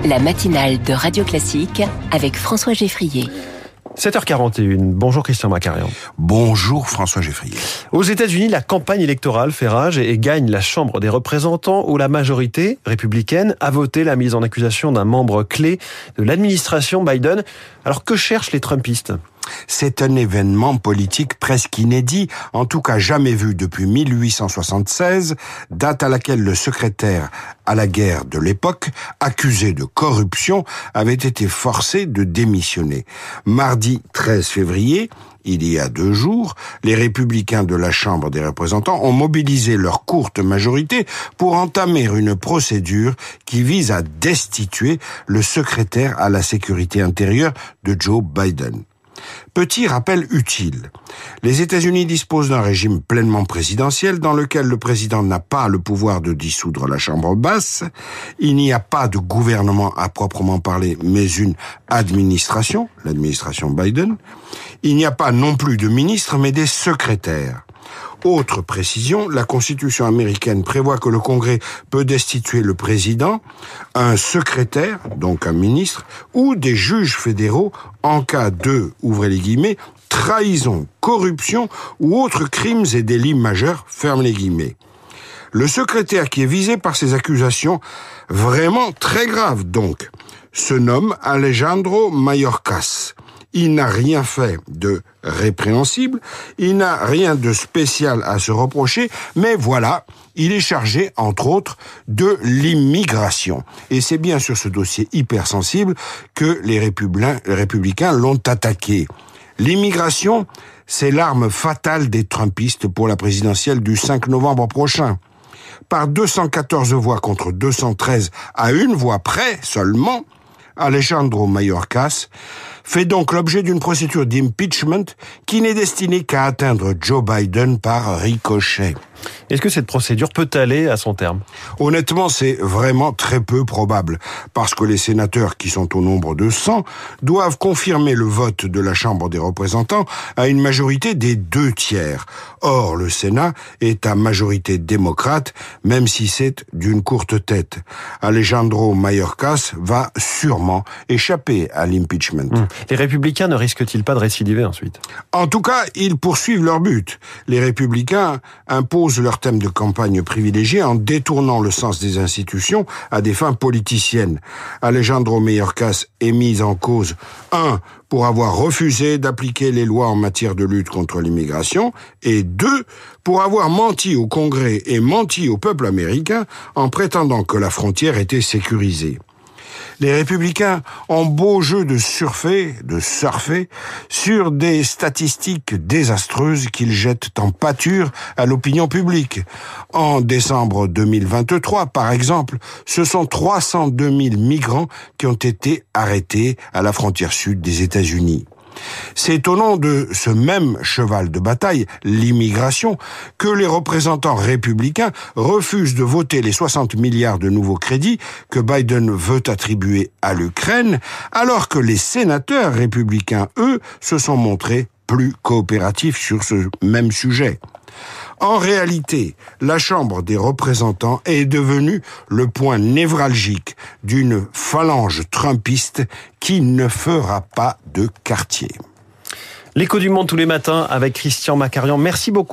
La matinale de Radio Classique avec François Geffrier. 7h41. Bonjour Christian Macarian. Bonjour François Geffrier. Aux États-Unis, la campagne électorale fait rage et gagne la Chambre des représentants où la majorité républicaine a voté la mise en accusation d'un membre clé de l'administration Biden. Alors que cherchent les Trumpistes ? C'est un événement politique presque inédit, en tout cas jamais vu depuis 1876, date à laquelle le secrétaire à la guerre de l'époque, accusé de corruption, avait été forcé de démissionner. Mardi 13 février, il y a 2 jours, les républicains de la Chambre des représentants ont mobilisé leur courte majorité pour entamer une procédure qui vise à destituer le secrétaire à la sécurité intérieure de Joe Biden. Petit rappel utile. Les États-Unis disposent d'un régime pleinement présidentiel dans lequel le président n'a pas le pouvoir de dissoudre la Chambre basse. Il n'y a pas de gouvernement à proprement parler, mais une administration, l'administration Biden. Il n'y a pas non plus de ministres, mais des secrétaires. Autre précision, la Constitution américaine prévoit que le Congrès peut destituer le président, un secrétaire, donc un ministre, ou des juges fédéraux en cas de, ouvrez les guillemets, trahison, corruption ou autres crimes et délits majeurs, fermez les guillemets. Le secrétaire qui est visé par ces accusations, vraiment très graves donc, se nomme Alejandro Mayorkas. Il n'a rien fait de répréhensible, il n'a rien de spécial à se reprocher, mais voilà, il est chargé, entre autres, de l'immigration. Et c'est bien sur ce dossier hypersensible que les républicains l'ont attaqué. L'immigration, c'est l'arme fatale des Trumpistes pour la présidentielle du 5 novembre prochain. Par 214 voix contre 213 à 1 voix près seulement, Alejandro Mayorkas fait donc l'objet d'une procédure d'impeachment qui n'est destinée qu'à atteindre Joe Biden par ricochet. Est-ce que cette procédure peut aller à son terme ? Honnêtement, c'est vraiment très peu probable, parce que les sénateurs, qui sont au nombre de 100, doivent confirmer le vote de la Chambre des représentants à une majorité des 2/3. Or, le Sénat est à majorité démocrate, même si c'est d'une courte tête. Alejandro Mayorkas va sûrement échapper à l'impeachment. Les républicains ne risquent-ils pas de récidiver ensuite ? En tout cas, ils poursuivent leur but. Les républicains imposent leur thème de campagne privilégié en détournant le sens des institutions à des fins politiciennes. Alejandro Mayorkas est mis en cause, 1, pour avoir refusé d'appliquer les lois en matière de lutte contre l'immigration, et 2, pour avoir menti au Congrès et menti au peuple américain en prétendant que la frontière était sécurisée. Les républicains ont beau jeu de surfer sur des statistiques désastreuses qu'ils jettent en pâture à l'opinion publique. En décembre 2023, par exemple, ce sont 302 000 migrants qui ont été arrêtés à la frontière sud des États-Unis. C'est au nom de ce même cheval de bataille, l'immigration, que les représentants républicains refusent de voter les 60 milliards de nouveaux crédits que Biden veut attribuer à l'Ukraine, alors que les sénateurs républicains, eux, se sont montrés plus coopératifs sur ce même sujet. En réalité, la Chambre des représentants est devenue le point névralgique d'une phalange trumpiste qui ne fera pas de quartier. L'écho du monde tous les matins avec Christian Macarian. Merci beaucoup.